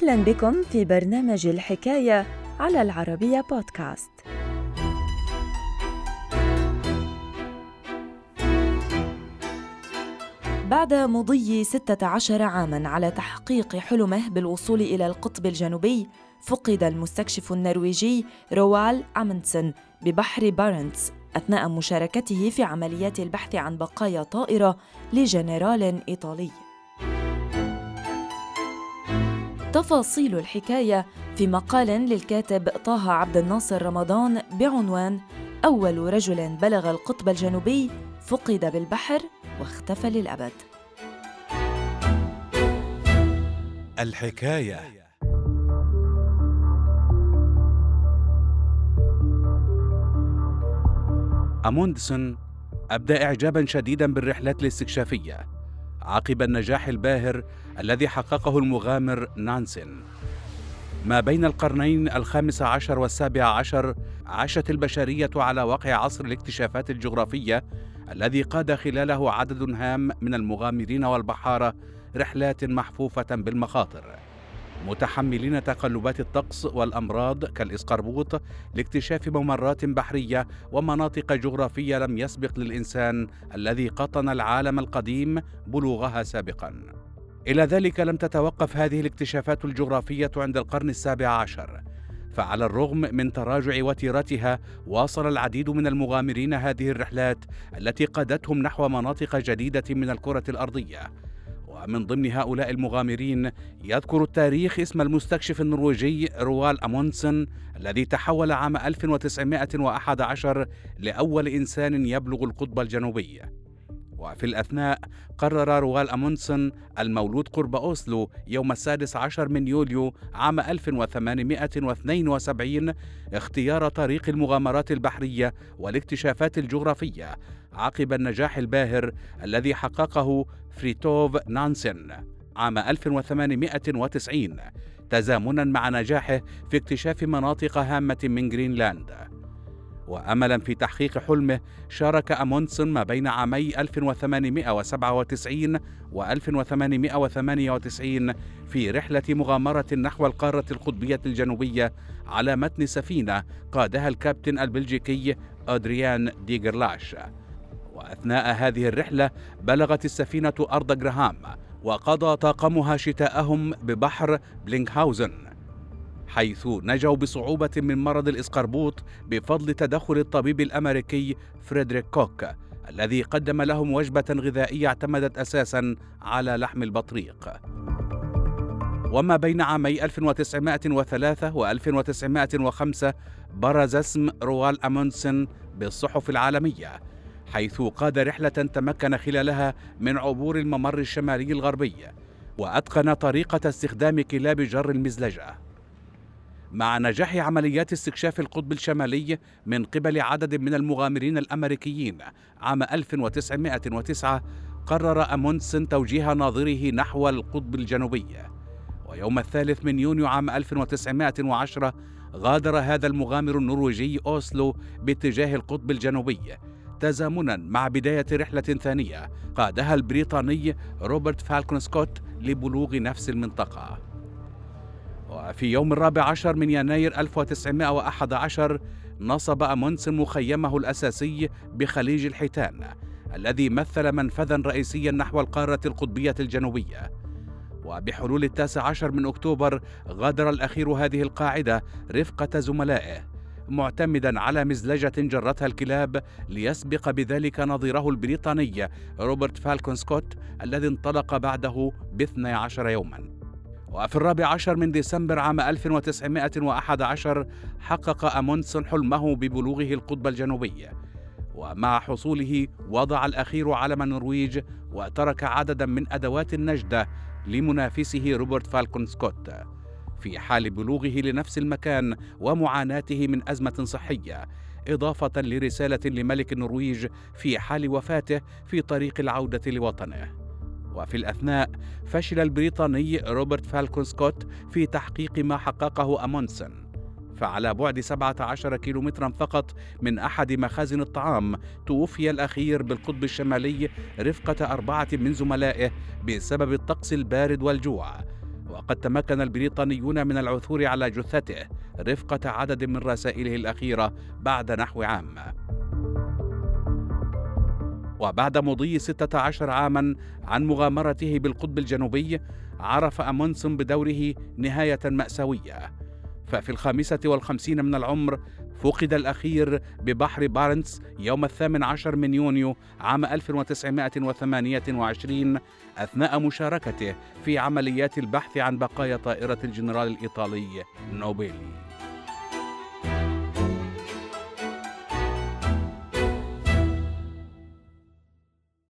أهلاً بكم في برنامج الحكاية على العربية بودكاست. بعد مضي 16 عاماً على تحقيق حلمه بالوصول إلى القطب الجنوبي، فقد المستكشف النرويجي روال أموندسن ببحر بارنتس أثناء مشاركته في عمليات البحث عن بقايا طائرة لجنرال إيطالي. تفاصيل الحكاية في مقال للكاتب طه عبد الناصر رمضان بعنوان أول رجل بلغ القطب الجنوبي فقد بالبحر واختفى للأبد. الحكاية. أموندسن أبدى إعجاباً شديداً بالرحلات الاستكشافية عقب النجاح الباهر الذي حققه المغامر نانسن. ما بين القرنين 15 و17 عاشت البشرية على وقع عصر الاكتشافات الجغرافية الذي قاد خلاله عدد هام من المغامرين والبحارة رحلات محفوفة بالمخاطر، متحملين تقلبات الطقس والأمراض كالإسقربوط لاكتشاف ممرات بحرية ومناطق جغرافية لم يسبق للإنسان الذي قطن العالم القديم بلوغها سابقاً. إلى ذلك لم تتوقف هذه الاكتشافات الجغرافية عند القرن 17، فعلى الرغم من تراجع وتيرتها واصل العديد من المغامرين هذه الرحلات التي قادتهم نحو مناطق جديدة من الكرة الأرضية. ومن ضمن هؤلاء المغامرين يذكر التاريخ اسم المستكشف النرويجي روال أموندسن الذي تحول عام 1911 لأول إنسان يبلغ القطب الجنوبي. وفي الأثناء قرر روال أموندسن المولود قرب أوسلو يوم 16 من يوليو عام 1872 اختيار طريق المغامرات البحرية والاكتشافات الجغرافية عقب النجاح الباهر الذي حققه فريتوف نانسن عام 1890 تزامناً مع نجاحه في اكتشاف مناطق هامة من جرينلاند. وأملاً في تحقيق حلمه شارك أموندسن ما بين عامي 1897 و 1898 في رحلة مغامرة نحو القارة القطبية الجنوبية على متن سفينة قادها الكابتن البلجيكي أدريان ديغرلاش. وأثناء هذه الرحلة بلغت السفينة أرض جراهام وقضى طاقمها شتاءهم ببحر بلينغهاوزن، حيث نجوا بصعوبة من مرض الإسقربوط بفضل تدخل الطبيب الأمريكي فريدريك كوك الذي قدم لهم وجبة غذائية اعتمدت أساساً على لحم البطريق. وما بين عامي 1903 و 1905 برز اسم روال أموندسن بالصحف العالمية، حيث قاد رحلة تمكن خلالها من عبور الممر الشمالي الغربي وأتقن طريقة استخدام كلاب جر المزلجة. مع نجاح عمليات استكشاف القطب الشمالي من قبل عدد من المغامرين الأمريكيين عام 1909 قرر أموندسن توجيه ناظره نحو القطب الجنوبي. ويوم 3 من يونيو عام 1910 غادر هذا المغامر النرويجي أوسلو باتجاه القطب الجنوبي تزامناً مع بداية رحلة ثانية قادها البريطاني روبرت فالكون سكوت لبلوغ نفس المنطقة. وفي يوم 14 من يناير 1911 نصب أموندسن مخيمه الأساسي بخليج الحيتان الذي مثل منفذاً رئيسياً نحو القارة القطبية الجنوبية. وبحلول 19 من أكتوبر غادر الأخير هذه القاعدة رفقة زملائه معتمداً على مزلجة جرتها الكلاب ليسبق بذلك نظيره البريطاني روبرت فالكون سكوت الذي انطلق بعده ب12 يوماً. وفي 14 من ديسمبر عام 1911 حقق أموندسن حلمه ببلوغه القطب الجنوبي، ومع حصوله وضع الأخير علم النرويج وترك عددا من أدوات النجدة لمنافسه روبرت فالكون سكوت في حال بلوغه لنفس المكان ومعاناته من أزمة صحية، إضافة لرسالة لملك النرويج في حال وفاته في طريق العودة لوطنه. وفي الأثناء فشل البريطاني روبرت فالكون سكوت في تحقيق ما حققه أموندسن، فعلى بعد 17 كيلومترا فقط من أحد مخازن الطعام توفي الأخير بالقطب الشمالي رفقة 4 من زملائه بسبب الطقس البارد والجوع. لقد تمكن البريطانيون من العثور على جثته رفقة عدد من رسائله الأخيرة بعد نحو عام. وبعد مضي 16 عاما عن مغامرته بالقطب الجنوبي، عرف أموندسن بدوره نهاية مأساوية، ففي 55 من العمر فقد الأخير ببحر بارنتس يوم 18 من يونيو عام 1928 أثناء مشاركته في عمليات البحث عن بقايا طائرة الجنرال الإيطالي نوبيلي.